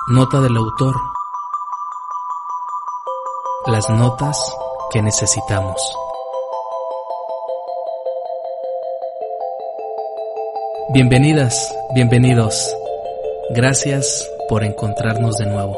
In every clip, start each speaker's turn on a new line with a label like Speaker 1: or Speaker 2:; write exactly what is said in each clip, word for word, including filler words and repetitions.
Speaker 1: Nota del autor. Las notas que necesitamos. Bienvenidas, bienvenidos. Gracias por encontrarnos de nuevo.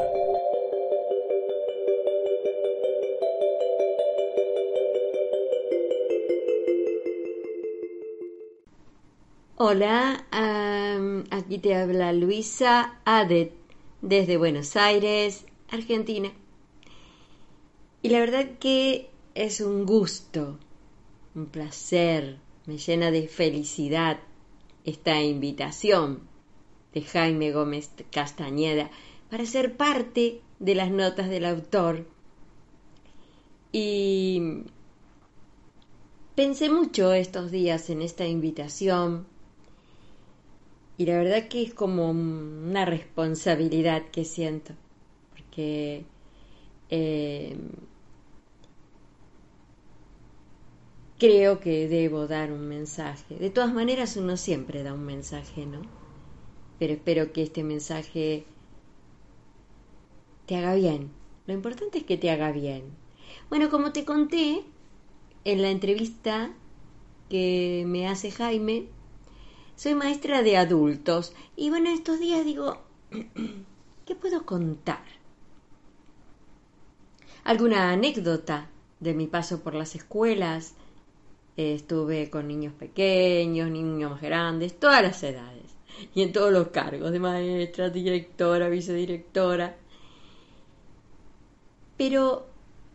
Speaker 2: Hola, um, aquí te habla Luisa Adet desde Buenos Aires, Argentina. Y la verdad que es un gusto, un placer, me llena de felicidad esta invitación de Jaime Gómez Castañeda para ser parte de las notas del autor. Y pensé mucho estos días en esta invitación. Y la verdad que es como una responsabilidad que siento, porque eh, creo que debo dar un mensaje. De todas maneras, uno siempre da un mensaje, ¿no? Pero espero que este mensaje te haga bien. Lo importante es que te haga bien. Bueno, como te conté en la entrevista que me hace Jaime, soy maestra de adultos y bueno, estos días digo, ¿qué puedo contar? ¿Alguna anécdota de mi paso por las escuelas? Eh, estuve con niños pequeños, niños más grandes, todas las edades y en todos los cargos de maestra, directora, vicedirectora. Pero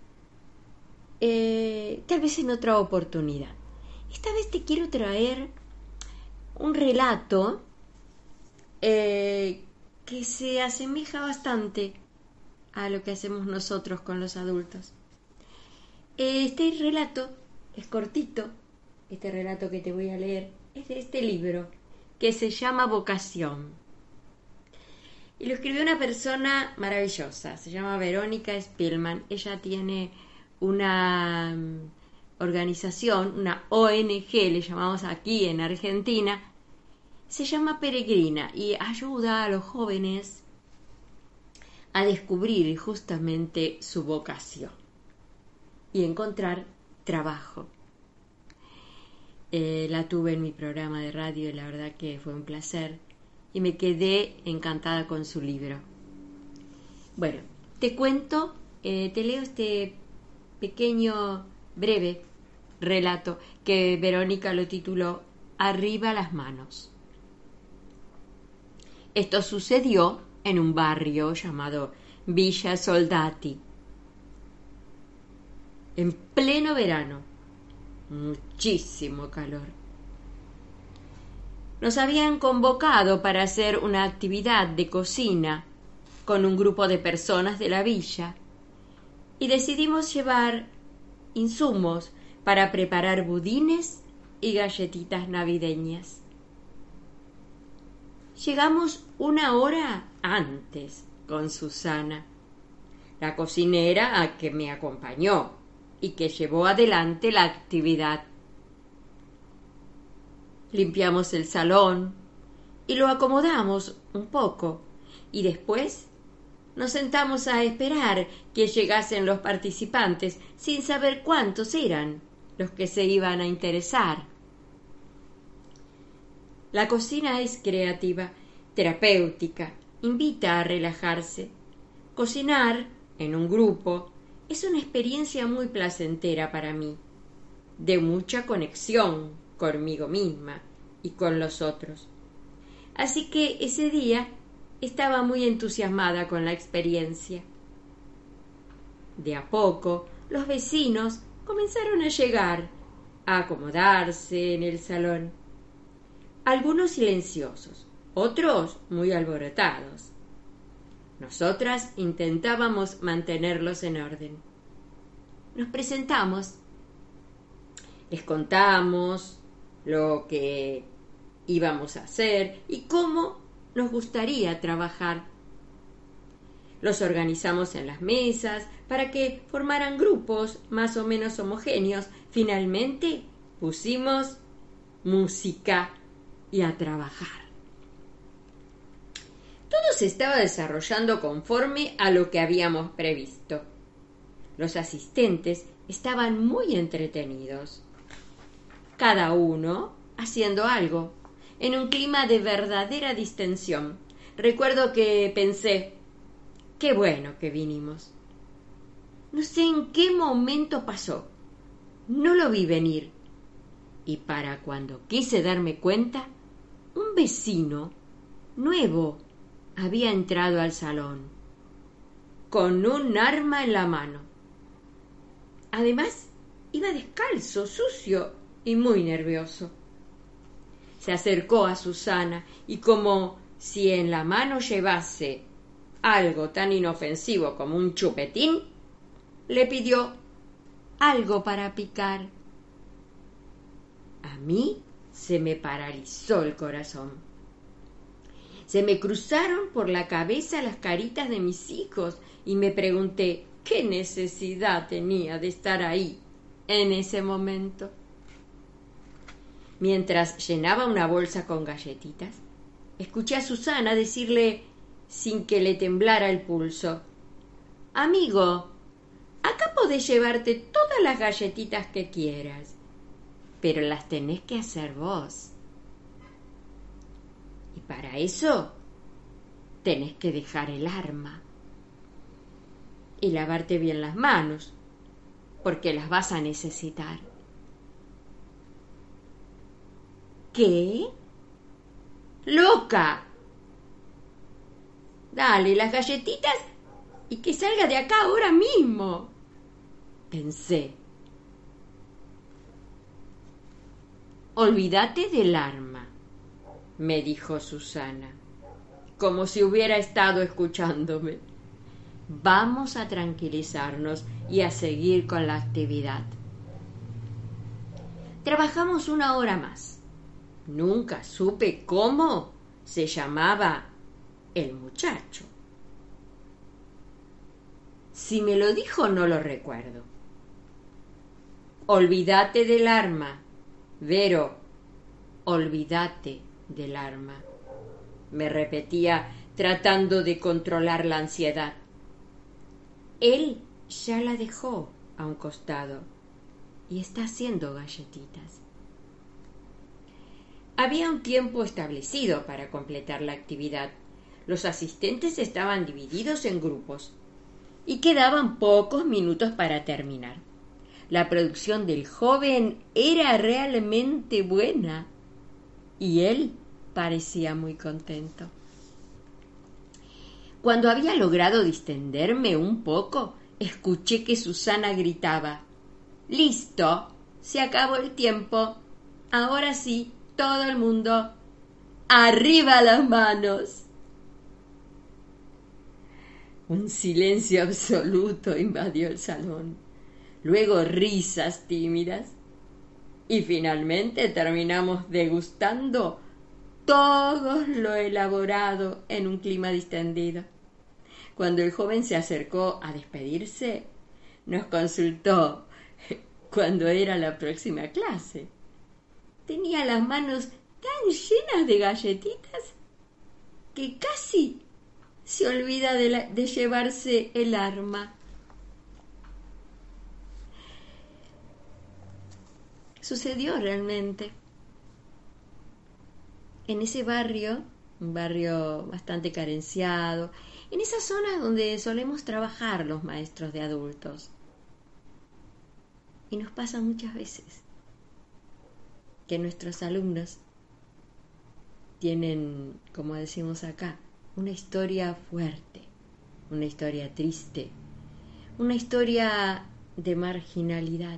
Speaker 2: eh, tal vez en otra oportunidad. Esta vez te quiero traer un relato eh, que se asemeja bastante a lo que hacemos nosotros con los adultos. Este relato es cortito, este relato que te voy a leer es de este libro que se llama Vocación. Y lo escribió una persona maravillosa, se llama Verónica Spillman. Ella tiene una organización, una O N G, le llamamos aquí en Argentina, se llama Peregrina y ayuda a los jóvenes a descubrir justamente su vocación y encontrar trabajo. Eh, la tuve en mi programa de radio y la verdad que fue un placer y me quedé encantada con su libro. Bueno, te cuento, eh, te leo este pequeño, breve relato que Verónica lo tituló Arriba las manos. Esto sucedió en un barrio llamado Villa Soldati, en pleno verano, muchísimo calor. Nos habían convocado para hacer una actividad de cocina con un grupo de personas de la villa y decidimos llevar insumos para preparar budines y galletitas navideñas. Llegamos una hora antes con Susana, la cocinera a que me acompañó y que llevó adelante la actividad. Limpiamos el salón y lo acomodamos un poco y después nos sentamos a esperar que llegasen los participantes sin saber cuántos eran los que se iban a interesar. La cocina es creativa, terapéutica, invita a relajarse. Cocinar en un grupo es una experiencia muy placentera para mí, de mucha conexión conmigo misma y con los otros. Así que ese día estaba muy entusiasmada con la experiencia. De a poco, los vecinos comenzaron a llegar, a acomodarse en el salón. Algunos silenciosos, otros muy alborotados. Nosotras intentábamos mantenerlos en orden. Nos presentamos, les contamos lo que íbamos a hacer y cómo nos gustaría trabajar. Los organizamos en las mesas para que formaran grupos más o menos homogéneos. Finalmente pusimos música y a trabajar. Todos se estaba desarrollando conforme a lo que habíamos previsto. Los asistentes estaban muy entretenidos, cada uno haciendo algo, en un clima de verdadera distensión. Recuerdo que pensé, qué bueno que vinimos. No sé en qué momento pasó, no lo vi venir, y para cuando quise darme cuenta, un vecino nuevo había entrado al salón, con un arma en la mano. Además, iba descalzo, sucio y muy nervioso. Se acercó a Susana y, como si en la mano llevase algo tan inofensivo como un chupetín, le pidió algo para picar. A mí se me paralizó el corazón. Se me cruzaron por la cabeza las caritas de mis hijos y me pregunté qué necesidad tenía de estar ahí en ese momento. Mientras llenaba una bolsa con galletitas, escuché a Susana decirle, sin que le temblara el pulso, «Amigo, acá podés llevarte todas las galletitas que quieras, pero las tenés que hacer vos. Y para eso tenés que dejar el arma y lavarte bien las manos, porque las vas a necesitar». ¿Qué? ¡Loca! Dale las galletitas y que salga de acá ahora mismo, pensé. Olvídate del arma, me dijo Susana, como si hubiera estado escuchándome. Vamos a tranquilizarnos y a seguir con la actividad. Trabajamos una hora más. Nunca supe cómo se llamaba el muchacho. Si me lo dijo, no lo recuerdo. Olvídate del arma, Vero, olvídate del arma, me repetía tratando de controlar la ansiedad. Él ya la dejó a un costado y está haciendo galletitas. Había un tiempo establecido para completar la actividad. Los asistentes estaban divididos en grupos y quedaban pocos minutos para terminar. La producción del joven era realmente buena y él parecía muy contento. Cuando había logrado distenderme un poco, escuché que Susana gritaba: «¡Listo! Se acabó el tiempo. Ahora sí, todo el mundo, ¡arriba las manos!». Un silencio absoluto invadió el salón. Luego risas tímidas. Y finalmente terminamos degustando todo lo elaborado en un clima distendido. Cuando el joven se acercó a despedirse, nos consultó cuándo era la próxima clase. Tenía las manos tan llenas de galletitas que casi se olvida de, la, de llevarse el arma. Sucedió realmente. En ese barrio, un barrio bastante carenciado, en esas zonas donde solemos trabajar los maestros de adultos. Y nos pasa muchas veces que nuestros alumnos tienen, como decimos acá, una historia fuerte, una historia triste, una historia de marginalidad.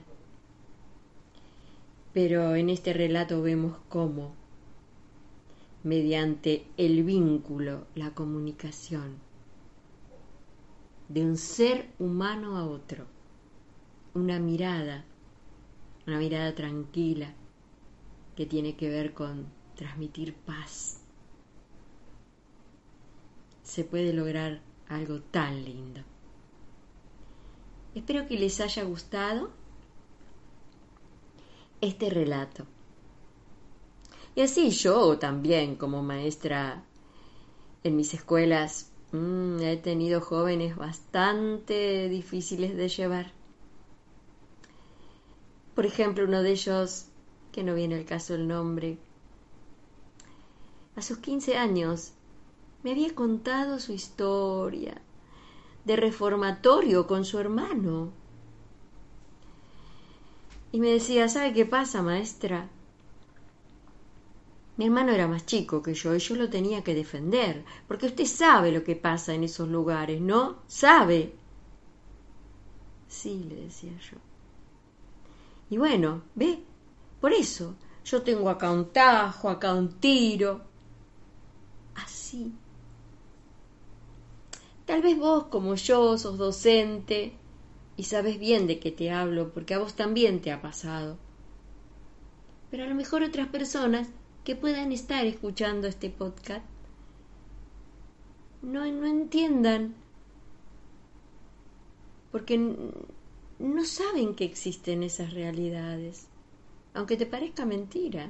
Speaker 2: Pero en este relato vemos cómo, mediante el vínculo, la comunicación de un ser humano a otro, una mirada, una mirada tranquila que tiene que ver con transmitir paz, se puede lograr algo tan lindo. Espero que les haya gustado este relato. Y así yo también, como maestra En mis escuelas mmm, he tenido jóvenes bastante difíciles de llevar. Por ejemplo, uno de ellos, que no viene al caso el nombre, a sus quince años me había contado su historia de reformatorio con su hermano. Y me decía, ¿sabe qué pasa, maestra? Mi hermano era más chico que yo y yo lo tenía que defender, porque usted sabe lo que pasa en esos lugares, ¿no? ¿Sabe? Sí, le decía yo. Y bueno, ¿ve? Por eso, yo tengo acá un tajo, acá un tiro. Así. Tal vez vos, como yo, sos docente y sabes bien de qué te hablo, porque a vos también te ha pasado. Pero a lo mejor otras personas que puedan estar escuchando este podcast no, no entiendan, porque no saben que existen esas realidades, aunque te parezca mentira.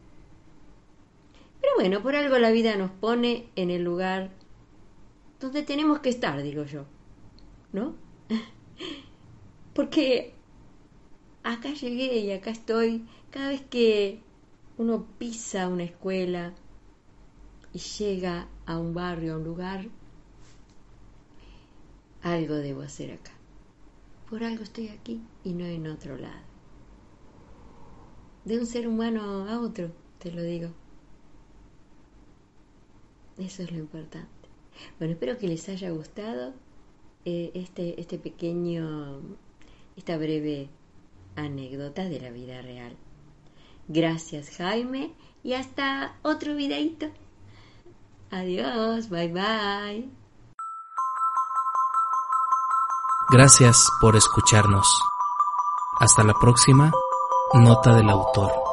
Speaker 2: Pero bueno, por algo la vida nos pone en el lugar donde tenemos que estar, digo yo, ¿no? Porque acá llegué y acá estoy. Cada vez que uno pisa una escuela y llega a un barrio, a un lugar, algo debo hacer acá. Por algo estoy aquí y no en otro lado. De un ser humano a otro, te lo digo. Eso es lo importante. Bueno, espero que les haya gustado eh, este, este pequeño, esta breve anécdota de la vida real. Gracias, Jaime, y hasta otro videito. Adiós, bye bye.
Speaker 1: Gracias por escucharnos. Hasta la próxima nota del autor.